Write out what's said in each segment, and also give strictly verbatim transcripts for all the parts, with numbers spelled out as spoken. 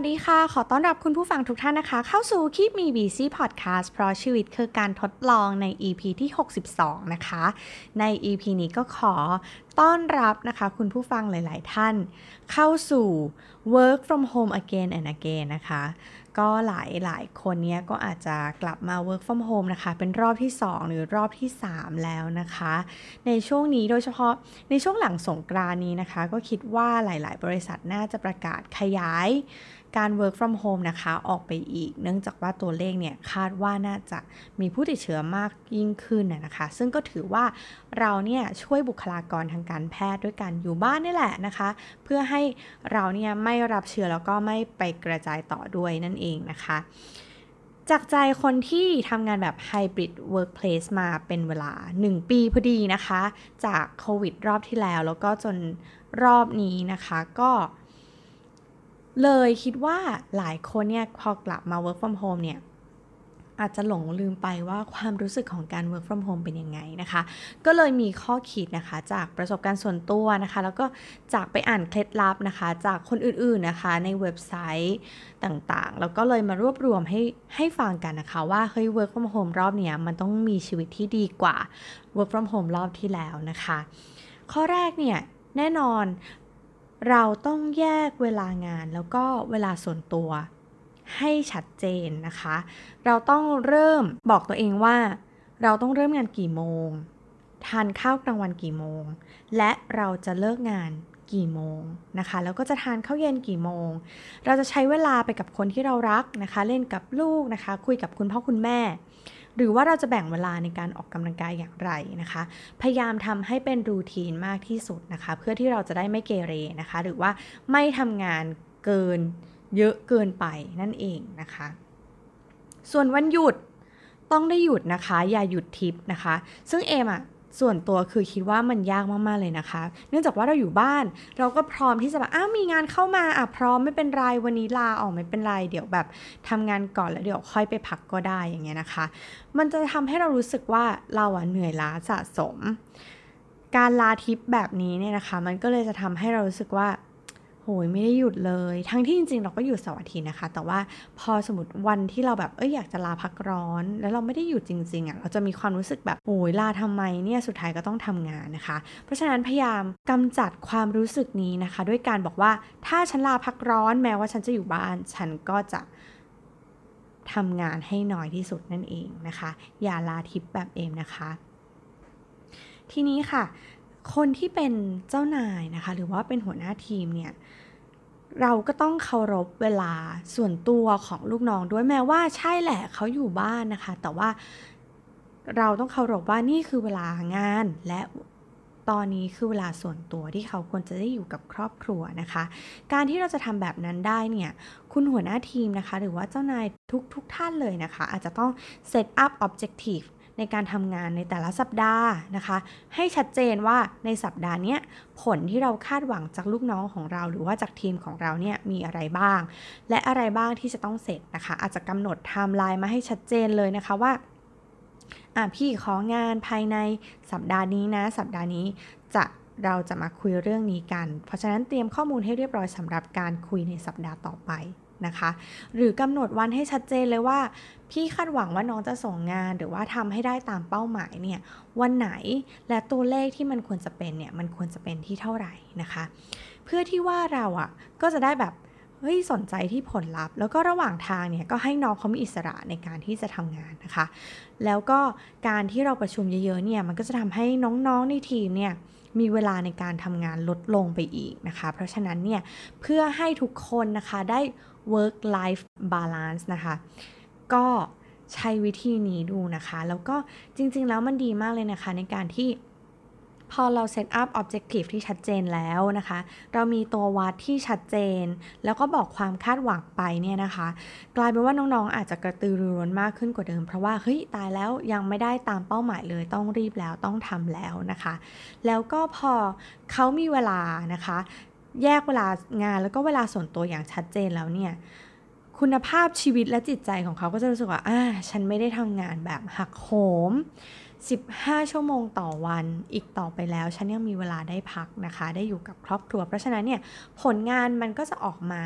ดีค่ะขอต้อนรับคุณผู้ฟังทุกท่านนะคะเข้าสู่ Keep Me Busy Podcast เพราะชีวิตคือการทดลองใน อี พี ที่หกสิบสองนะคะใน อี พี นี้ก็ขอต้อนรับนะคะคุณผู้ฟังหลายๆท่านเข้าสู่ Work from Home Again and Again นะคะก็หลายหลายคนเนี้ยก็อาจจะกลับมา Work from Home นะคะเป็นรอบที่สองหรือรอบที่สามแล้วนะคะในช่วงนี้โดยเฉพาะในช่วงหลังสงกรานต์นี้นะคะก็คิดว่าหลายๆบริษัทน่าจะประกาศขยายการ work from home นะคะออกไปอีกเนื่องจากว่าตัวเลขเนี่ยคาดว่าน่าจะมีผู้ติดเชื้อมากยิ่งขึ้นนะคะซึ่งก็ถือว่าเราเนี่ยช่วยบุคลากรทางการแพทย์ด้วยกันอยู่บ้านนี่แหละนะคะเพื่อให้เราเนี่ยไม่รับเชื้อแล้วก็ไม่ไปกระจายต่อด้วยนั่นเองนะคะจากใจคนที่ทำงานแบบ Hybrid Workplace มาเป็นเวลาหนึ่งปีพอดีนะคะจากโควิดรอบที่แล้วแล้วก็จนรอบนี้นะคะก็เลยคิดว่าหลายคนเนี่ยพอกลับมา work from home เนี่ยอาจจะหลงลืมไปว่าความรู้สึกของการ work from home เป็นยังไงนะคะก็เลยมีข้อคิดนะคะจากประสบการณ์ส่วนตัวนะคะแล้วก็จากไปอ่านเคล็ดลับนะคะจากคนอื่นๆนะคะในเว็บไซต์ต่างๆแล้วก็เลยมารวบรวมให้ให้ฟังกันนะคะว่าเฮ้ย work from home รอบเนี้ยมันต้องมีชีวิตที่ดีกว่า work from home รอบที่แล้วนะคะข้อแรกเนี่ยแน่นอนเราต้องแยกเวลางานแล้วก็เวลาส่วนตัวให้ชัดเจนนะคะเราต้องเริ่มบอกตัวเองว่าเราต้องเริ่มงานกี่โมงทานข้าวกลางวันกี่โมงและเราจะเลิกงานกี่โมงนะคะแล้วก็จะทานข้าวเย็นกี่โมงเราจะใช้เวลาไปกับคนที่เรารักนะคะเล่นกับลูกนะคะคุยกับคุณพ่อคุณแม่หรือว่าเราจะแบ่งเวลาในการออกกำลังกายอย่างไรนะคะพยายามทำให้เป็นรูทีนมากที่สุดนะคะเพื่อที่เราจะได้ไม่เกเรนะคะหรือว่าไม่ทำงานเกินเยอะเกินไปนั่นเองนะคะส่วนวันหยุดต้องได้หยุดนะคะอย่าหยุดทิปนะคะซึ่งเอมอ่ะส่วนตัวคือคิดว่ามันยากมากๆเลยนะคะเนื่องจากว่าเราอยู่บ้านเราก็พร้อมที่จะแบบอ้าวมีงานเข้ามาอ่ะพร้อมไม่เป็นไรวันนี้ลาออกไม่เป็นไรเดี๋ยวแบบทำงานก่อนแล้วเดี๋ยวค่อยไปพักก็ได้อย่างเงี้ยนะคะมันจะทำให้เรารู้สึกว่าเราอ่ะเหนื่อยล้าสะสมการลาทิปแบบนี้เนี่ยนะคะมันก็เลยจะทำให้เรารู้สึกว่าโหยไม่ได้หยุดเลยทั้งที่จริงๆเราก็หยุดเสาร์อาทิตย์นะคะแต่ว่าพอสมมติวันที่เราแบบเอ้ยอยากจะลาพักร้อนแล้วเราไม่ได้หยุดจริงๆอ่ะเราจะมีความรู้สึกแบบโหยลาทำไมเนี่ยสุดท้ายก็ต้องทำงานนะคะเพราะฉะนั้นพยายามกำจัดความรู้สึกนี้นะคะด้วยการบอกว่าถ้าฉันลาพักร้อนแม้ว่าฉันจะอยู่บ้านฉันก็จะทำงานให้น้อยที่สุดนั่นเองนะคะอย่าลาทิปแบบเอมนะคะทีนี้ค่ะคนที่เป็นเจ้านายนะคะหรือว่าเป็นหัวหน้าทีมเนี่ยเราก็ต้องเคารพเวลาส่วนตัวของลูกน้องด้วยแม้ว่าใช่แหละเขาอยู่บ้านนะคะแต่ว่าเราต้องเคารพว่านี่คือเวลางานและตอนนี้คือเวลาส่วนตัวที่เขาควรจะได้อยู่กับครอบครัวนะคะการที่เราจะทำแบบนั้นได้เนี่ยคุณหัวหน้าทีมนะคะหรือว่าเจ้านายทุกทุกท่านเลยนะคะอาจจะต้อง set up objectiveในการทำงานในแต่ละสัปดาห์นะคะให้ชัดเจนว่าในสัปดาห์นี้ผลที่เราคาดหวังจากลูกน้องของเราหรือว่าจากทีมของเราเนี่ยมีอะไรบ้างและอะไรบ้างที่จะต้องเสร็จนะคะอาจจะกำหนดไทม์ไลน์มาให้ชัดเจนเลยนะคะว่าอ่ะพี่ของานภายในสัปดาห์นี้นะสัปดาห์นี้จะเราจะมาคุยเรื่องนี้กันเพราะฉะนั้นเตรียมข้อมูลให้เรียบร้อยสำหรับการคุยในสัปดาห์ต่อไปนะคะหรือกำหนดวันให้ชัดเจนเลยว่าพี่คาดหวังว่าน้องจะส่งงานหรือว่าทำให้ได้ตามเป้าหมายเนี่ยวันไหนและตัวเลขที่มันควรจะเป็นเนี่ยมันควรจะเป็นที่เท่าไหร่นะคะเพื่อที่ว่าเราอ่ะก็จะได้แบบเฮ้ยสนใจที่ผลลัพธ์แล้วก็ระหว่างทางเนี่ยก็ให้น้องเขามีอิสระในการที่จะทำงานนะคะแล้วก็การที่เราประชุมเยอะๆเนี่ยมันก็จะทำให้น้องๆในทีมเนี่ยมีเวลาในการทำงานลดลงไปอีกนะคะเพราะฉะนั้นเนี่ยเพื่อให้ทุกคนนะคะได้ work life balance นะคะก็ใช้วิธีนี้ดูนะคะแล้วก็จริงๆแล้วมันดีมากเลยนะคะในการที่พอเรา set up objective ที่ชัดเจนแล้วนะคะเรามีตัววัดที่ชัดเจนแล้วก็บอกความคาดหวังไปเนี่ยนะคะกลายเป็นว่าน้องๆอาจจะกระตือรือร้นมากขึ้นกว่าเดิมเพราะว่าเฮ้ยตายแล้วยังไม่ได้ตามเป้าหมายเลยต้องรีบแล้วต้องทำแล้วนะคะแล้วก็พอเขามีเวลานะคะแยกเวลางานแล้วก็เวลาส่วนตัวอย่างชัดเจนแล้วเนี่ยคุณภาพชีวิตและจิตใจของเขาก็จะรู้สึกว่าอ่าฉันไม่ได้ทำงานแบบหักโหมสิบห้าชั่วโมงต่อวันอีกต่อไปแล้วฉันยังมีเวลาได้พักนะคะได้อยู่กับครอบครัวเพราะฉะนั้นเนี่ยผลงานมันก็จะออกมา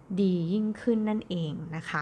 ดียิ่งขึ้นนั่นเองนะคะ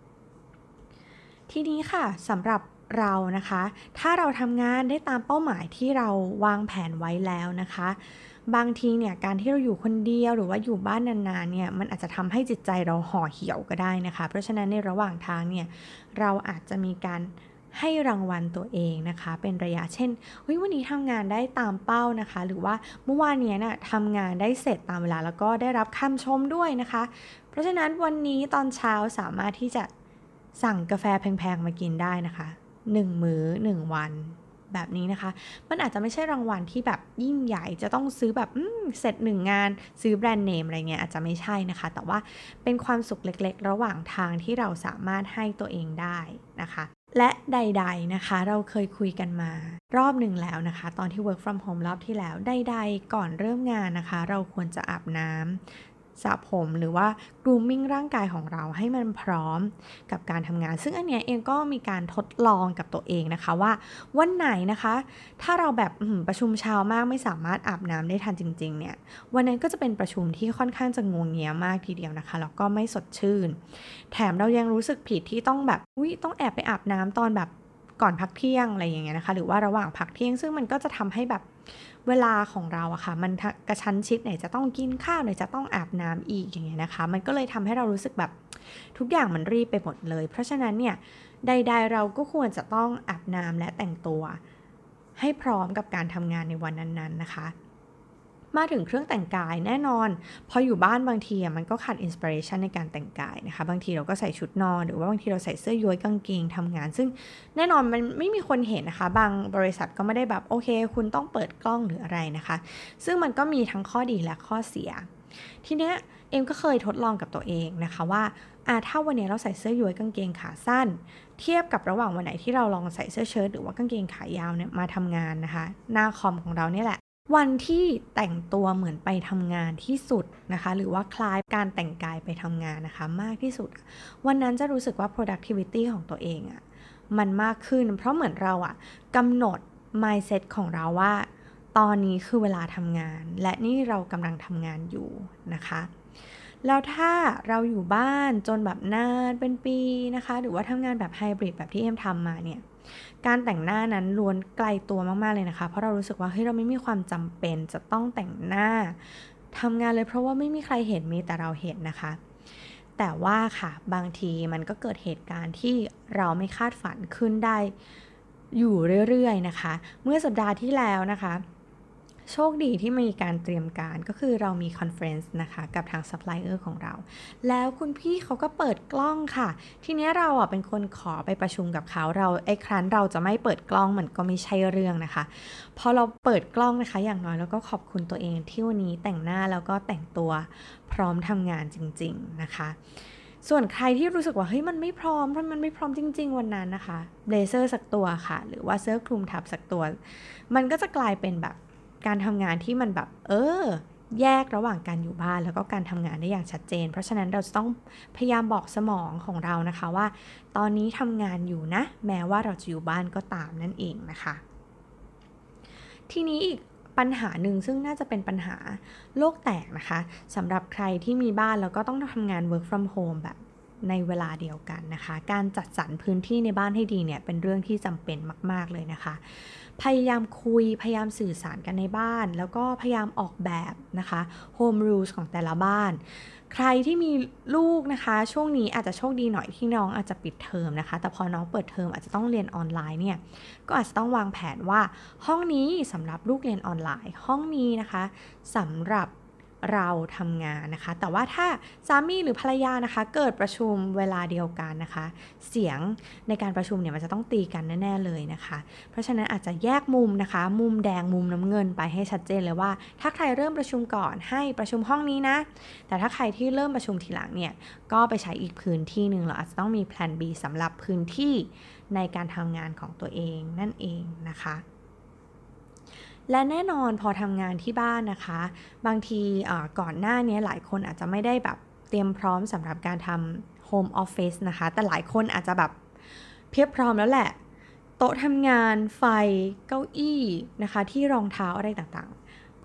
ทีนี้ค่ะสำหรับเรานะคะถ้าเราทำงานได้ตามเป้าหมายที่เราวางแผนไว้แล้วนะคะบางทีเนี่ยการที่เราอยู่คนเดียวหรือว่าอยู่บ้านนานๆเนี่ยมันอาจจะทำให้จิตใจเราห่อเหี่ยวก็ได้นะคะเพราะฉะนั้นในระหว่างทางเนี่ยเราอาจจะมีการให้รางวัลตัวเองนะคะเป็นระยะเช่นวันนี้ทำงานได้ตามเป้านะคะหรือว่าเมื่อวานนี้น่ะทำงานได้เสร็จตามเวลาแล้วก็ได้รับคำชมด้วยนะคะเพราะฉะนั้นวันนี้ตอนเช้าสามารถที่จะสั่งกาแฟแพงๆมากินได้นะคะหนึ่งมื้อหนึ่งวันแบบนี้นะคะมันอาจจะไม่ใช่รางวัลที่แบบยิ่งใหญ่จะต้องซื้อแบบเสร็จหนึ่งงานซื้อแบรนด์เนมอะไรเงี้ยอาจจะไม่ใช่นะคะแต่ว่าเป็นความสุขเล็กๆระหว่างทางที่เราสามารถให้ตัวเองได้นะคะและใดๆนะคะเราเคยคุยกันมารอบหนึ่งแล้วนะคะตอนที่ work from home รอบที่แล้วใดๆก่อนเริ่มงานนะคะเราควรจะอาบน้ำสระผมหรือว่า grooming ร่างกายของเราให้มันพร้อมกับการทำงานซึ่งอันเนี้ยเองก็มีการทดลองกับตัวเองนะคะว่าวันไหนนะคะถ้าเราแบบประชุมเช้ามากไม่สามารถอาบน้ำได้ทันจริงๆเนี่ยวันนั้นก็จะเป็นประชุมที่ค่อนข้างจะงวงเงียมากทีเดียวนะคะแล้วก็ไม่สดชื่นแถมเรายังรู้สึกผิดที่ต้องแบบอุ๊ยต้องแอบไปอาบน้ำตอนแบบก่อนพักเที่ยงอะไรอย่างเงี้ยนะคะหรือว่าระหว่างพักเที่ยงซึ่งมันก็จะทำให้แบบเวลาของเราอะค่ะมันกระชั้นชิดไหนจะต้องกินข้าวไหนจะต้องอาบน้ำอีกอย่างเงี้ยนะคะมันก็เลยทำให้เรารู้สึกแบบทุกอย่างมันรีบไปหมดเลยเพราะฉะนั้นเนี่ยใดๆเราก็ควรจะต้องอาบน้ำและแต่งตัวให้พร้อมกับการทำงานในวันนั้นๆนะคะมาถึงเครื่องแต่งกายแน่นอนพออยู่บ้านบางทีมันก็ขาดอินสปิเรชันในการแต่งกายนะคะบางทีเราก็ใส่ชุดนอนหรือว่าบางทีเราใส่เสื้อย้วยกางเกงทำงานซึ่งแน่นอนมันไม่มีคนเห็นนะคะบางบริษัทก็ไม่ได้แบบโอเคคุณต้องเปิดกล้องหรืออะไรนะคะซึ่งมันก็มีทั้งข้อดีและข้อเสียทีเนี้ยเอ็มก็เคยทดลองกับตัวเองนะคะว่าอ่าถ้าวันนี้เราใส่เสื้อย้วยกางเกงขาสั้นเทียบกับระหว่างวันไหนที่เราลองใส่เสื้อเชิ้ตหรือว่ากางเกงขายาวเนี่ยมาทำงานนะคะหน้าคอมของเราเนี่ยแหละวันที่แต่งตัวเหมือนไปทำงานที่สุดนะคะหรือว่าคล้ายการแต่งกายไปทำงานนะคะมากที่สุดวันนั้นจะรู้สึกว่า productivity ของตัวเองอะมันมากขึ้นเพราะเหมือนเราอะกำหนด mindset ของเราว่าตอนนี้คือเวลาทำงานและนี่เรากำลังทำงานอยู่นะคะแล้วถ้าเราอยู่บ้านจนแบบนานเป็นปีนะคะหรือว่าทำงานแบบไฮบริดแบบที่เอ็มทำมาเนี่ยการแต่งหน้านั้นล้วนไกลตัวมากๆเลยนะคะเพราะเรารู้สึกว่าเฮ้ยเราไม่มีความจำเป็นจะต้องแต่งหน้าทำงานเลยเพราะว่าไม่มีใครเห็นมีแต่เราเห็นนะคะแต่ว่าค่ะบางทีมันก็เกิดเหตุการณ์ที่เราไม่คาดฝันขึ้นได้อยู่เรื่อยๆนะคะเมื่อสัปดาห์ที่แล้วนะคะโชคดีที่มีการเตรียมการก็คือเรามีคอนเฟรนซ์นะคะกับทางซัพพลายเออร์ของเราแล้วคุณพี่เขาก็เปิดกล้องค่ะทีนี้เราอ่ะเป็นคนขอไปประชุมกับเขาเราไอ้ครั้นเราจะไม่เปิดกล้องมันก็ไม่ใช่เรื่องนะคะพอเราเปิดกล้องนะคะอย่างน้อยแล้วก็ขอบคุณตัวเองที่วันนี้แต่งหน้าแล้วก็แต่งตัวพร้อมทำงานจริงๆนะคะส่วนใครที่รู้สึกว่าเฮ้ยมันไม่พร้อมเพราะมันไม่พร้อมจริงๆวันนั้นนะคะเบลเซอร์สักตัวค่ะหรือว่าเสื้อคลุมทับสักตัวมันก็จะกลายเป็นแบบการทำงานที่มันแบบเออแยกระหว่างการอยู่บ้านแล้วก็การทำงานได้อย่างชัดเจนเพราะฉะนั้นเราจะต้องพยายามบอกสมองของเรานะคะว่าตอนนี้ทำงานอยู่นะแม้ว่าเราจะอยู่บ้านก็ตามนั่นเองนะคะทีนี้อีกปัญหาหนึ่งซึ่งน่าจะเป็นปัญหาโลกแตกนะคะสำหรับใครที่มีบ้านแล้วก็ต้องทำงาน work from home แบบในเวลาเดียวกันนะคะการจัดสรรพื้นที่ในบ้านให้ดีเนี่ยเป็นเรื่องที่จำเป็นมากๆเลยนะคะพยายามคุยพยายามสื่อสารกันในบ้านแล้วก็พยายามออกแบบนะคะ home rules ของแต่ละบ้านใครที่มีลูกนะคะช่วงนี้อาจจะโชคดีหน่อยที่น้องอาจจะปิดเทอมนะคะแต่พอน้องเปิดเทอมอาจจะต้องเรียนออนไลน์เนี่ยก็อาจจะต้องวางแผนว่าห้องนี้สำหรับลูกเรียนออนไลน์ห้องนี้นะคะสำหรับเราทำงานนะคะแต่ว่าถ้าสามีหรือภรรยานะคะเกิดประชุมเวลาเดียวกันนะคะเสียงในการประชุมเนี่ยมันจะต้องตีกันแน่ๆเลยนะคะเพราะฉะนั้นอาจจะแยกมุมนะคะมุมแดงมุมน้ำเงินไปให้ชัดเจนเลยว่าถ้าใครเริ่มประชุมก่อนให้ประชุมห้องนี้นะแต่ถ้าใครที่เริ่มประชุมทีหลังเนี่ยก็ไปใช้อีกพื้นที่หนึ่งเราอาจจะต้องมีแพลน B สำหรับพื้นที่ในการทำงานของตัวเองนั่นเองนะคะและแน่นอนพอทำงานที่บ้านนะคะบางทีก่อนหน้านี้หลายคนอาจจะไม่ได้แบบเตรียมพร้อมสำหรับการทำ Home Office นะคะแต่หลายคนอาจจะแบบเพียบพร้อมแล้วแหละโต๊ะทำงานไฟเก้าอี้นะคะที่รองเท้าอะไรต่างๆ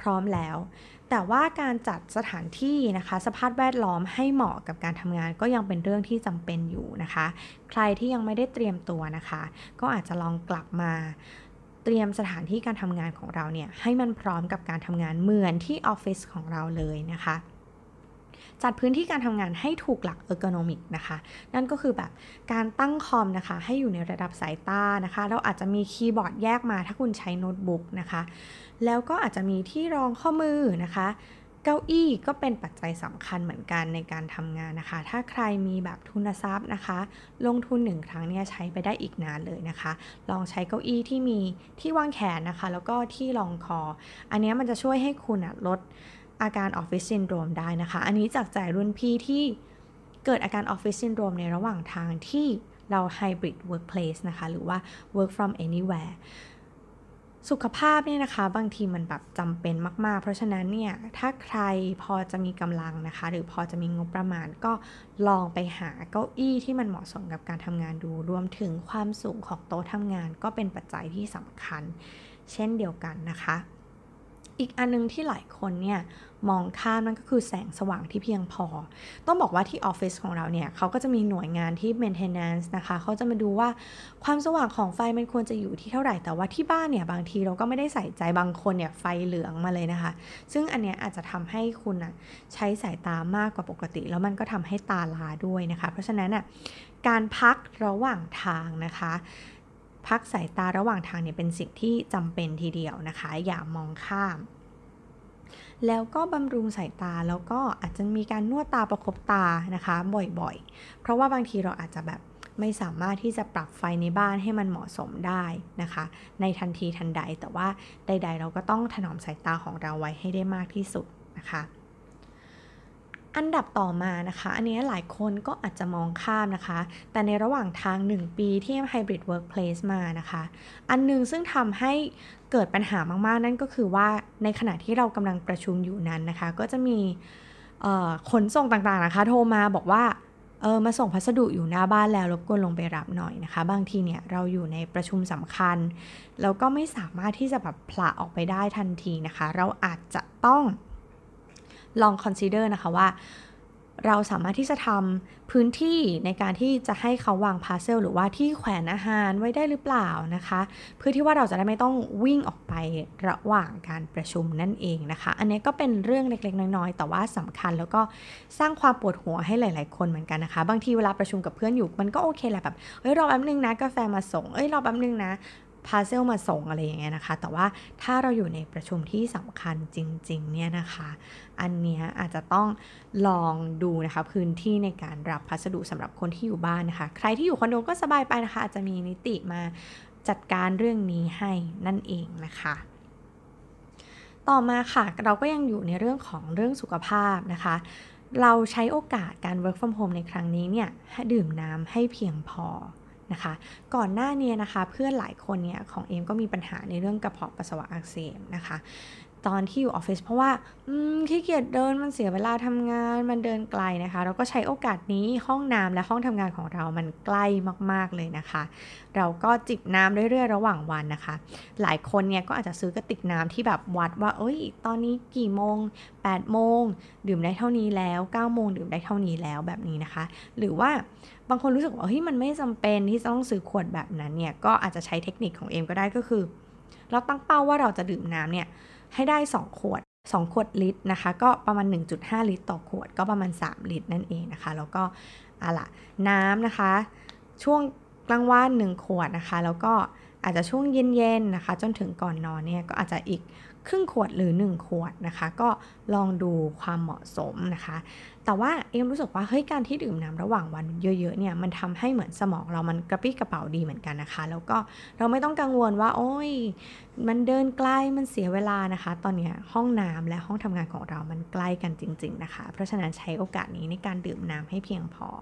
พร้อมแล้วแต่ว่าการจัดสถานที่นะคะสภาพแวดล้อมให้เหมาะกับการทำงานก็ยังเป็นเรื่องที่จำเป็นอยู่นะคะใครที่ยังไม่ได้เตรียมตัวนะคะก็อาจจะลองกลับมาเตรียมสถานที่การทำงานของเราเนี่ยให้มันพร้อมกับการทำงานเหมือนที่ออฟฟิศของเราเลยนะคะจัดพื้นที่การทำงานให้ถูกหลักเออร์โกนอมิกนะคะนั่นก็คือแบบการตั้งคอมนะคะให้อยู่ในระดับสายตานะคะเราอาจจะมีคีย์บอร์ดแยกมาถ้าคุณใช้โน้ตบุ๊กนะคะแล้วก็อาจจะมีที่รองข้อมือนะคะเก้าอี้ก็เป็นปัจจัยสำคัญเหมือนกันในการทำงานนะคะถ้าใครมีแบบทุนทรัพย์นะคะลงทุนหนึ่งครั้งเนี่ยใช้ไปได้อีกนานเลยนะคะลองใช้เก้าอี้ที่มีที่วางแขนนะคะแล้วก็ที่รองคออันนี้มันจะช่วยให้คุณลดอาการออฟฟิศซินโดรมได้นะคะอันนี้จากใจรุ่นพี่ที่เกิดอาการออฟฟิศซินโดรมในระหว่างทางที่เรา Hybrid Workplace นะคะหรือว่า Work from Anywhere สุขภาพเนี่ยนะคะบางทีมันแบบจำเป็นมากๆเพราะฉะนั้นเนี่ยถ้าใครพอจะมีกำลังนะคะหรือพอจะมีงบประมาณก็ลองไปหาเก้าอี้ที่มันเหมาะสมกับการทำงานดูรวมถึงความสูงของโต๊ะทำงานก็เป็นปัจจัยที่สำคัญเช่นเดียวกันนะคะอีกอันนึงที่หลายคนเนี่ยมองข้ามนั่นก็คือแสงสว่างที่เพียงพอต้องบอกว่าที่ออฟฟิศของเราเนี่ยเขาก็จะมีหน่วยงานที่ maintenance นะคะเขาจะมาดูว่าความสว่างของไฟมันควรจะอยู่ที่เท่าไหร่แต่ว่าที่บ้านเนี่ยบางทีเราก็ไม่ได้ใส่ใจบางคนเนี่ยไฟเหลืองมาเลยนะคะซึ่งอันเนี้ยอาจจะทำให้คุณอะใช้สายตามากกว่าปกติแล้วมันก็ทำให้ตาลาด้วยนะคะเพราะฉะนั้นอะการพักระหว่างทางนะคะพักสายตาระหว่างทางเนี่ยเป็นสิ่งที่จำเป็นทีเดียวนะคะอย่ามองข้ามแล้วก็บำรุงสายตาแล้วก็อาจจะมีการนวดตาประคบตานะคะบ่อยๆเพราะว่าบางทีเราอาจจะแบบไม่สามารถที่จะปรับไฟในบ้านให้มันเหมาะสมได้นะคะในทันทีทันใดแต่ว่าใดๆเราก็ต้องถนอมสายตาของเราไว้ให้ได้มากที่สุดนะคะอันดับต่อมานะคะอันนี้หลายคนก็อาจจะมองข้ามนะคะแต่ในระหว่างทางหนึ่งปีที่ Hybrid Workplace มานะคะอันนึงซึ่งทำให้เกิดปัญหามากๆนั่นก็คือว่าในขณะที่เรากำลังประชุมอยู่นั้นนะคะก็จะมีขนส่งต่างๆนะคะโทรมาบอกว่าเออมาส่งพัสดุอยู่หน้าบ้านแล้วรบกวนลงไปรับหน่อยนะคะบางทีเนี่ยเราอยู่ในประชุมสำคัญแล้วก็ไม่สามารถที่จะแบบผละออกไปได้ทันทีนะคะเราอาจจะต้องลอง consider นะคะว่าเราสามารถที่จะทำพื้นที่ในการที่จะให้เขาวางพาร์เซลหรือว่าที่แขวนอาหารไว้ได้หรือเปล่านะคะเพื่อที่ว่าเราจะได้ไม่ต้องวิ่งออกไประหว่างการประชุมนั่นเองนะคะอันนี้ก็เป็นเรื่องเล็กๆน้อยๆแต่ว่าสำคัญแล้วก็สร้างความปวดหัวให้หลายๆคนเหมือนกันนะคะบางทีเวลาประชุมกับเพื่อนอยู่มันก็โอเคแหละแบบเฮ้ยรอแป๊บนึงนะกาแฟมาส่งเอ้ยรอแป๊บนึงนะพาร์เซลมาส่งอะไรอย่างเงี้ยนะคะแต่ว่าถ้าเราอยู่ในประชุมที่สำคัญจริงๆเนี่ยนะคะอันเนี้ยอาจจะต้องลองดูนะคะพื้นที่ในการรับพัสดุสำหรับคนที่อยู่บ้านนะคะใครที่อยู่คอนโดก็สบายไปนะคะอาจจะมีนิติมาจัดการเรื่องนี้ให้นั่นเองนะคะต่อมาค่ะเราก็ยังอยู่ในเรื่องของเรื่องสุขภาพนะคะเราใช้โอกาสการ work from home ในครั้งนี้เนี่ยดื่มน้ำให้เพียงพอนะคะก่อนหน้านี้นะคะเพื่อนหลายคนเนี่ยของเอมก็มีปัญหาในเรื่องกระเพาะปัสสาวะอักเสบนะคะตอนที่อยู่ออฟฟิศเพราะว่าอืมขี้เกียจเดินมันเสียเวลาทำงานมันเดินไกลนะคะเราก็ใช้โอกาสนี้ห้องน้ำและห้องทำงานของเรามันใกล้มากๆเลยนะคะเราก็จิบน้ำเรื่อยๆระหว่างวันนะคะหลายคนเนี่ยก็อาจจะซื้อกระติกน้ำที่แบบวัดว่าเอ้ยตอนนี้กี่โมงแปดโมงดื่มได้เท่านี้แล้วเก้าโมงดื่มได้เท่านี้แล้วแบบนี้นะคะหรือว่าบางคนรู้สึกว่าเฮ้ยมันไม่จำเป็นที่จะต้องซื้อขวดแบบนั้นเนี่ยก็อาจจะใช้เทคนิคของเอมก็ได้ก็คือเราตั้งเป้าว่าเราจะดื่มน้ำเนี่ยให้ได้สองขวดสองขวดลิตรนะคะก็ประมาณ หนึ่งจุดห้า ลิตรต่อขวดก็ประมาณสามลิตรนั่นเองนะคะแล้วก็อะล่ะน้ำนะคะช่วงกลางวันหนึ่งขวดนะคะแล้วก็อาจจะช่วงเย็นๆนะคะจนถึงก่อนนอนเนี่ยก็อาจจะอีกครึ่งขวดหรือหนึ่งขวดนะคะก็ลองดูความเหมาะสมนะคะแต่ว่าเอมรู้สึกว่าเฮ้ยการที่ดื่มน้ำระหว่างวันเยอะๆเนี่ยมันทำให้เหมือนสมองเรามันกระปรี้กระเป๋าดีเหมือนกันนะคะแล้วก็เราไม่ต้องกังวลว่าโอ้ยมันเดินไกลมันเสียเวลานะคะตอนนี้ห้องน้ำและห้องทำงานของเรามันใกล้กันจริงๆนะคะเพราะฉะนั้นใช้โอกาสนี้ในการดื่มน้ำให้เพียงพอ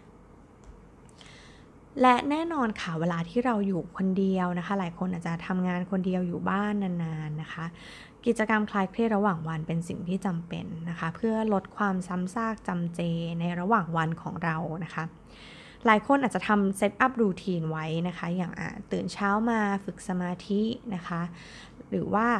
และแน่นอนค่ะเวลาที่เราอยู่คนเดียวนะคะหลายคนอาจจะทำงานคนเดียวอยู่บ้านนานๆนะคะกิจกรรมคลายเครียดระหว่างวันเป็นสิ่งที่จำเป็นนะคะเพื่อลดความซ้ำซากจำเจในระหว่างวันของเรานะคะหลายคนอาจจะทำเซตอัพรูทีนไว้นะคะอย่างตื่นเช้ามาฝึกสมาธินะคะหรือว่า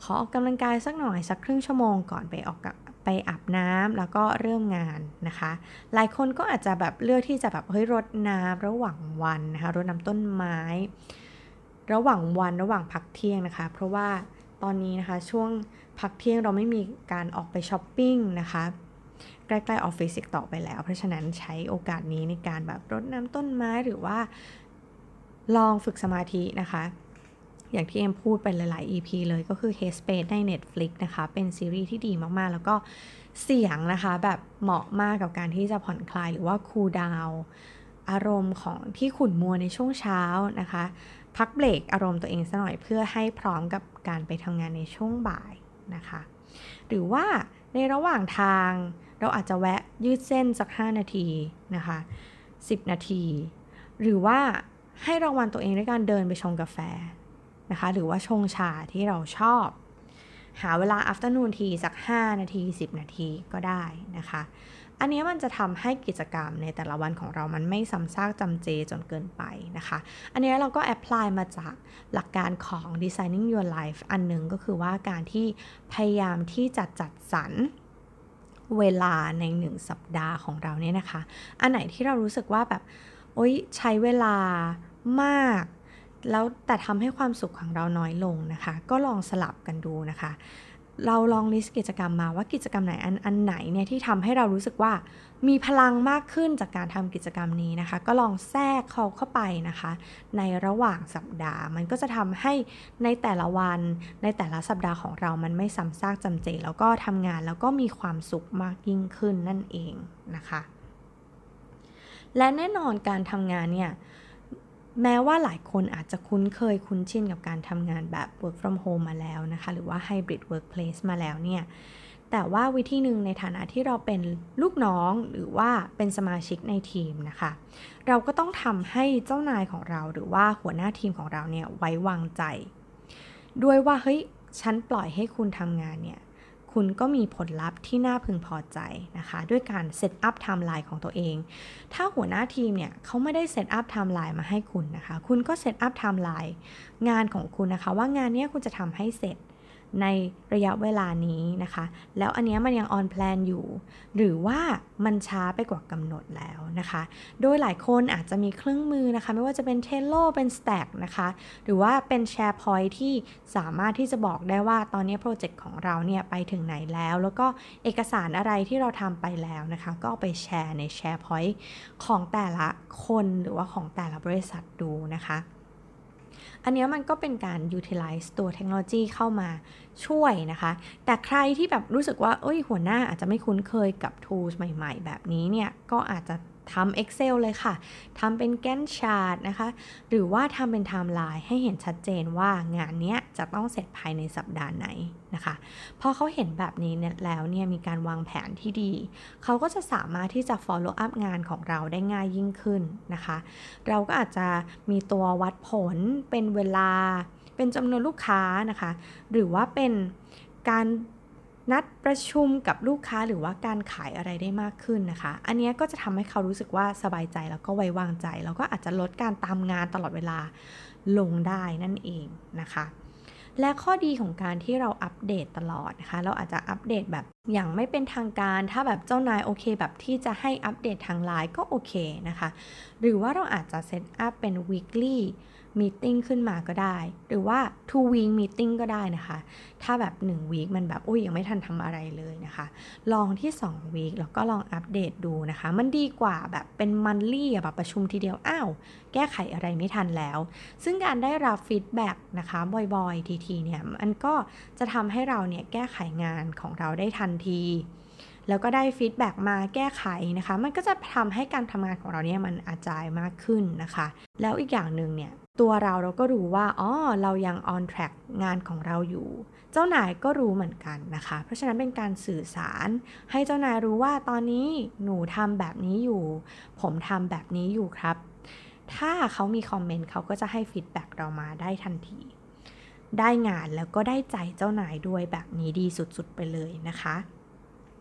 ขอออกกำลังกายสักหน่อยสักครึ่งชั่วโมงก่อนไปออกไปอาบน้ำแล้วก็เริ่มงานนะคะหลายคนก็อาจจะแบบเลือกที่จะแบบเฮ้ยรดน้ำระหว่างวันนะคะรดน้ำต้นไม้ระหว่างวันระหว่างพักเที่ยงนะคะเพราะว่าตอนนี้นะคะช่วงพักเที่ยงเราไม่มีการออกไปช้อปปิ้งนะคะใกล้ๆออฟฟิศอีกต่อไปแล้วเพราะฉะนั้นใช้โอกาสนี้ในการแบบรดน้ำต้นไม้หรือว่าลองฝึกสมาธินะคะอย่างที่เอ็มพูดไปหลายๆ อี พี เลยก็คือ Headspace ใน Netflix นะคะเป็นซีรีส์ที่ดีมากๆแล้วก็เสียงนะคะแบบเหมาะมากกับการที่จะผ่อนคลายหรือว่าคูลดาวน์อารมณ์ของที่ขุ่นมัวในช่วงเช้านะคะพักเบรกอารมณ์ตัวเองสักหน่อยเพื่อให้พร้อมกับการไปทำงานในช่วงบ่ายนะคะหรือว่าในระหว่างทางเราอาจจะแวะยืดเส้นสักห้านาทีนะคะสิบนาทีหรือว่าให้รางวัลตัวเองด้วยการเดินไปชงกาแฟนะคะหรือว่าชงชาที่เราชอบหาเวลา afternoon tea สักห้านาทีสิบนาทีก็ได้นะคะอันนี้มันจะทำให้กิจกรรมในแต่ละวันของเรามันไม่ซ้ำซากจำเจจนเกินไปนะคะอันนี้เราก็แอพพลายมาจากหลักการของ designing your life อันหนึ่งก็คือว่าการที่พยายามที่จะจัดสรรเวลาในหนึ่งสัปดาห์ของเราเนี่ยนะคะอันไหนที่เรารู้สึกว่าแบบโอ๊ยใช้เวลามากแล้วแต่ทำให้ความสุขของเราน้อยลงนะคะก็ลองสลับกันดูนะคะเราลองลิสต์กิจกรรมมาว่ากิจกรรมไหนอันอันไหนเนี่ยที่ทำให้เรารู้สึกว่ามีพลังมากขึ้นจากการทำกิจกรรมนี้นะคะก็ลองแทรกเขาเข้าไปนะคะในระหว่างสัปดาห์มันก็จะทำให้ในแต่ละวันในแต่ละสัปดาห์ของเรามันไม่ซ้ำซากจำเจแล้วก็ทำงานแล้วก็มีความสุขมากยิ่งขึ้นนั่นเองนะคะและแน่นอนการทำงานเนี่ยแม้ว่าหลายคนอาจจะคุ้นเคยคุ้นชินกับการทำงานแบบ work from home มาแล้วนะคะหรือว่า hybrid workplace มาแล้วเนี่ยแต่ว่าวิธีหนึ่งในฐานะที่เราเป็นลูกน้องหรือว่าเป็นสมาชิกในทีมนะคะเราก็ต้องทำให้เจ้านายของเราหรือว่าหัวหน้าทีมของเราเนี่ยไว้วางใจด้วยว่าเฮ้ยฉันปล่อยให้คุณทำงานเนี่ยคุณก็มีผลลัพธ์ที่น่าพึงพอใจนะคะด้วยการเซตอัพไทม์ไลน์ของตัวเองถ้าหัวหน้าทีมเนี่ยเขาไม่ได้เซตอัพไทม์ไลน์มาให้คุณนะคะคุณก็เซตอัพไทม์ไลน์งานของคุณนะคะว่างานนี้คุณจะทำให้เสร็จในระยะเวลานี้นะคะแล้วอันนี้มันยังออนแพลนอยู่หรือว่ามันช้าไปกว่ากำหนดแล้วนะคะโดยหลายคนอาจจะมีเครื่องมือนะคะไม่ว่าจะเป็น Trello เป็น Stack นะคะหรือว่าเป็น SharePoint ที่สามารถที่จะบอกได้ว่าตอนนี้โปรเจกต์ของเราเนี่ยไปถึงไหนแล้วแล้วก็เอกสารอะไรที่เราทำไปแล้วนะคะก็เอาไปแชร์ใน SharePoint ของแต่ละคนหรือว่าของแต่ละบริษัทดูนะคะอันนี้มันก็เป็นการ utilize ตัวเทคโนโลยีเข้ามาช่วยนะคะแต่ใครที่แบบรู้สึกว่าเอ้ยหัวหน้าอาจจะไม่คุ้นเคยกับ tools ใหม่ๆแบบนี้เนี่ยก็อาจจะทำ Excel เลยค่ะทำเป็น Gantt chart นะคะหรือว่าทำเป็น timeline ให้เห็นชัดเจนว่างานนี้จะต้องเสร็จภายในสัปดาห์ไหนนะคะพอเขาเห็นแบบนี้แล้วเนี่ยมีการวางแผนที่ดีเขาก็จะสามารถที่จะ follow up งานของเราได้ง่ายยิ่งขึ้นนะคะเราก็อาจจะมีตัววัดผลเป็นเวลาเป็นจำนวนลูกค้านะคะหรือว่าเป็นการนัดประชุมกับลูกค้าหรือว่าการขายอะไรได้มากขึ้นนะคะอันนี้ก็จะทำให้เขารู้สึกว่าสบายใจแล้วก็ไว้วางใจแล้วก็อาจจะลดการตามงานตลอดเวลาลงได้นั่นเองนะคะและข้อดีของการที่เราอัปเดตตลอดนะคะเราอาจจะอัปเดตแบบอย่างไม่เป็นทางการถ้าแบบเจ้านายโอเคแบบที่จะให้อัปเดตทางไลน์ก็โอเคนะคะหรือว่าเราอาจจะเซตอัพเป็น weekly meeting ขึ้นมาก็ได้หรือว่า two week meeting ก็ได้นะคะถ้าแบบหนึ่ง week มันแบบอุ้ยยังไม่ทันทำอะไรเลยนะคะลองที่สอง week แล้วก็ลองอัปเดตดูนะคะมันดีกว่าแบบเป็น monthly แบบประชุมทีเดียวอ้าวแก้ไขอะไรไม่ทันแล้วซึ่งการได้รับฟีดแบ็กนะคะบ่อยๆทีๆเนี่ยมันก็จะทำให้เราเนี่ยแก้ไขงานของเราได้ทันทีแล้วก็ได้ฟีดแบ็กมาแก้ไขนะคะมันก็จะทำให้การทำงานของเราเนี่ยมันอาจายมากขึ้นนะคะแล้วอีกอย่างหนึ่งเนี่ยตัวเราเราก็รู้ว่าอ๋อเรายัง on track งานของเราอยู่เจ้านายก็รู้เหมือนกันนะคะเพราะฉะนั้นเป็นการสื่อสารให้เจ้านายรู้ว่าตอนนี้หนูทำแบบนี้อยู่ผมทำแบบนี้อยู่ครับถ้าเขามีคอมเมนต์เขาก็จะให้ฟีดแบ็กเรามาได้ทันทีได้งานแล้วก็ได้ใจเจ้านายด้วยแบบนี้ดีสุดๆไปเลยนะคะ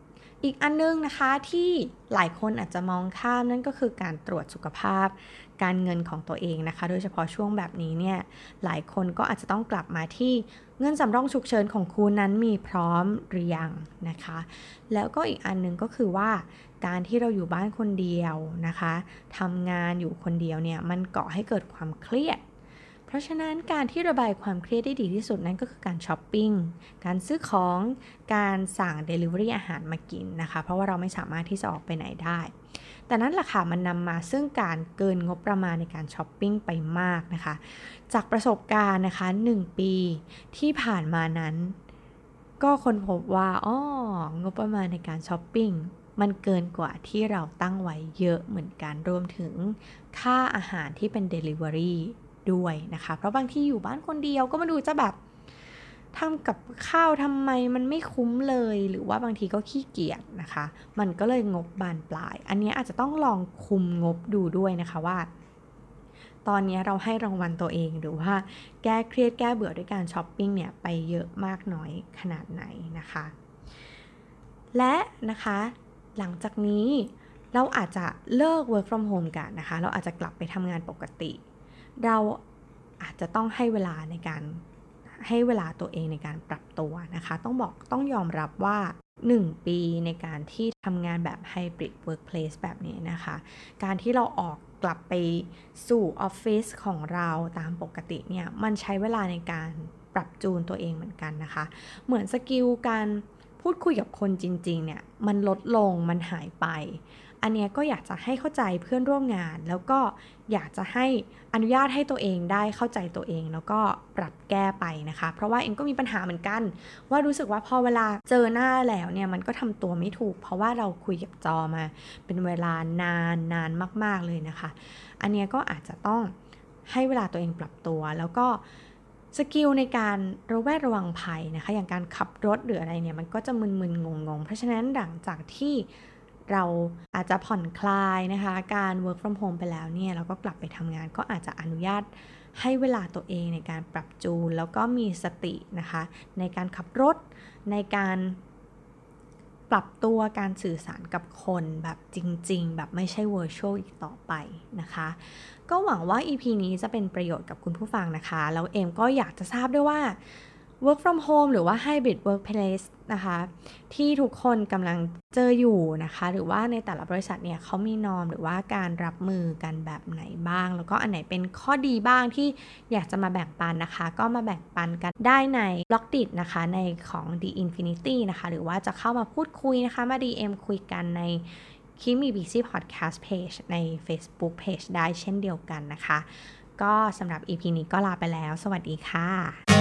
อีกอันนึงนะคะที่หลายคนอาจจะมองข้ามนั่นก็คือการตรวจสุขภาพการเงินของตัวเองนะคะโดยเฉพาะช่วงแบบนี้เนี่ยหลายคนก็อาจจะต้องกลับมาที่เงินสำรองฉุกเฉินของคุณนั้นมีพร้อมหรือยังนะคะแล้วก็อีกอันนึงก็คือว่าการที่เราอยู่บ้านคนเดียวนะคะทำงานอยู่คนเดียวเนี่ยมันก่อให้เกิดความเครียดเพราะฉะนั้นการที่ระบายความเครียดได้ดีที่สุดนั่นก็คือการช้อปปิ้งการซื้อของการสั่ง Delivery อาหารมากินนะคะเพราะว่าเราไม่สามารถที่จะออกไปไหนได้แต่นั่นแหละค่ะมันนำมาซึ่งการเกินงบประมาณในการช้อปปิ้งไปมากนะคะจากประสบการณ์นะคะหนึ่งปีที่ผ่านมานั้นก็ค้นพบว่าอ้องบประมาณในการช้อปปิ้งมันเกินกว่าที่เราตั้งไว้เยอะเหมือนกันรวมถึงค่าอาหารที่เป็น Delivery ด้วยนะคะเพราะบางที่อยู่บ้านคนเดียวก็มาดูจะแบบทำกับข้าวทำไมมันไม่คุ้มเลยหรือว่าบางทีก็ขี้เกียจนะคะมันก็เลยงบบานปลายอันนี้อาจจะต้องลองคุมงบดูด้วยนะคะว่าตอนนี้เราให้รางวัลตัวเองหรือว่าแก้เครียดแก้เบื่อด้วยการช้อปปิ้งเนี่ยไปเยอะมากน้อยขนาดไหนนะคะและนะคะหลังจากนี้เราอาจจะเลิก work from home กันนะคะเราอาจจะกลับไปทำงานปกติเราอาจจะต้องให้เวลาในการให้เวลาตัวเองในการปรับตัวนะคะต้องบอกต้องยอมรับว่าหนึ่งปีในการที่ทำงานแบบ hybrid workplace แบบนี้นะคะการที่เราออกกลับไปสู่ออฟฟิศของเราตามปกติเนี่ยมันใช้เวลาในการปรับจูนตัวเองเหมือนกันนะคะเหมือนสกิลการพูดคุยกับคนจริงๆเนี่ยมันลดลงมันหายไปอันนี้ก็อยากจะให้เข้าใจเพื่อนร่วมงานแล้วก็อยากจะให้อนุญาตให้ตัวเองได้เข้าใจตัวเองแล้วก็ปรับแก้ไปนะคะเพราะว่าเองก็มีปัญหาเหมือนกันว่ารู้สึกว่าพอเวลาเจอหน้าแล้วเนี่ยมันก็ทำตัวไม่ถูกเพราะว่าเราคุยกับจอมาเป็นเวลานานนานมากๆเลยนะคะอันนี้ก็อาจจะต้องให้เวลาตัวเองปรับตัวแล้วก็สกิลในการระแวดระวังภัยนะคะอย่างการขับรถหรืออะไรเนี่ยมันก็จะมึนๆงงๆเพราะฉะนั้นหลังจากที่เราอาจจะผ่อนคลายนะคะการ work from home ไปแล้วเนี่ยเราก็กลับไปทำงานก็อาจจะอนุญาตให้เวลาตัวเองในการปรับจูนแล้วก็มีสตินะคะในการขับรถในการปรับตัวการสื่อสารกับคนแบบจริงๆแบบไม่ใช่ virtual อีกต่อไปนะคะก็หวังว่า อี พี นี้จะเป็นประโยชน์กับคุณผู้ฟังนะคะแล้วเอมก็อยากจะทราบด้วยว่า work from home หรือว่า hybrid workplace นะคะที่ทุกคนกำลังเจออยู่นะคะหรือว่าในแต่ละบริษัทเนี่ยเขามีนอร์มหรือว่าการรับมือกันแบบไหนบ้างแล้วก็อันไหนเป็นข้อดีบ้างที่อยากจะมาแบ่งปันนะคะก็มาแบ่งปันกันได้ใน Blockdit นะคะในของ The Infinity นะคะหรือว่าจะเข้ามาพูดคุยนะคะมา ดี เอ็ม คุยกันในคิมมี่ บี ซี Podcast Page ใน Facebook Page ได้เช่นเดียวกันนะคะก็สำหรับ อี พี นี้ก็ลาไปแล้วสวัสดีค่ะ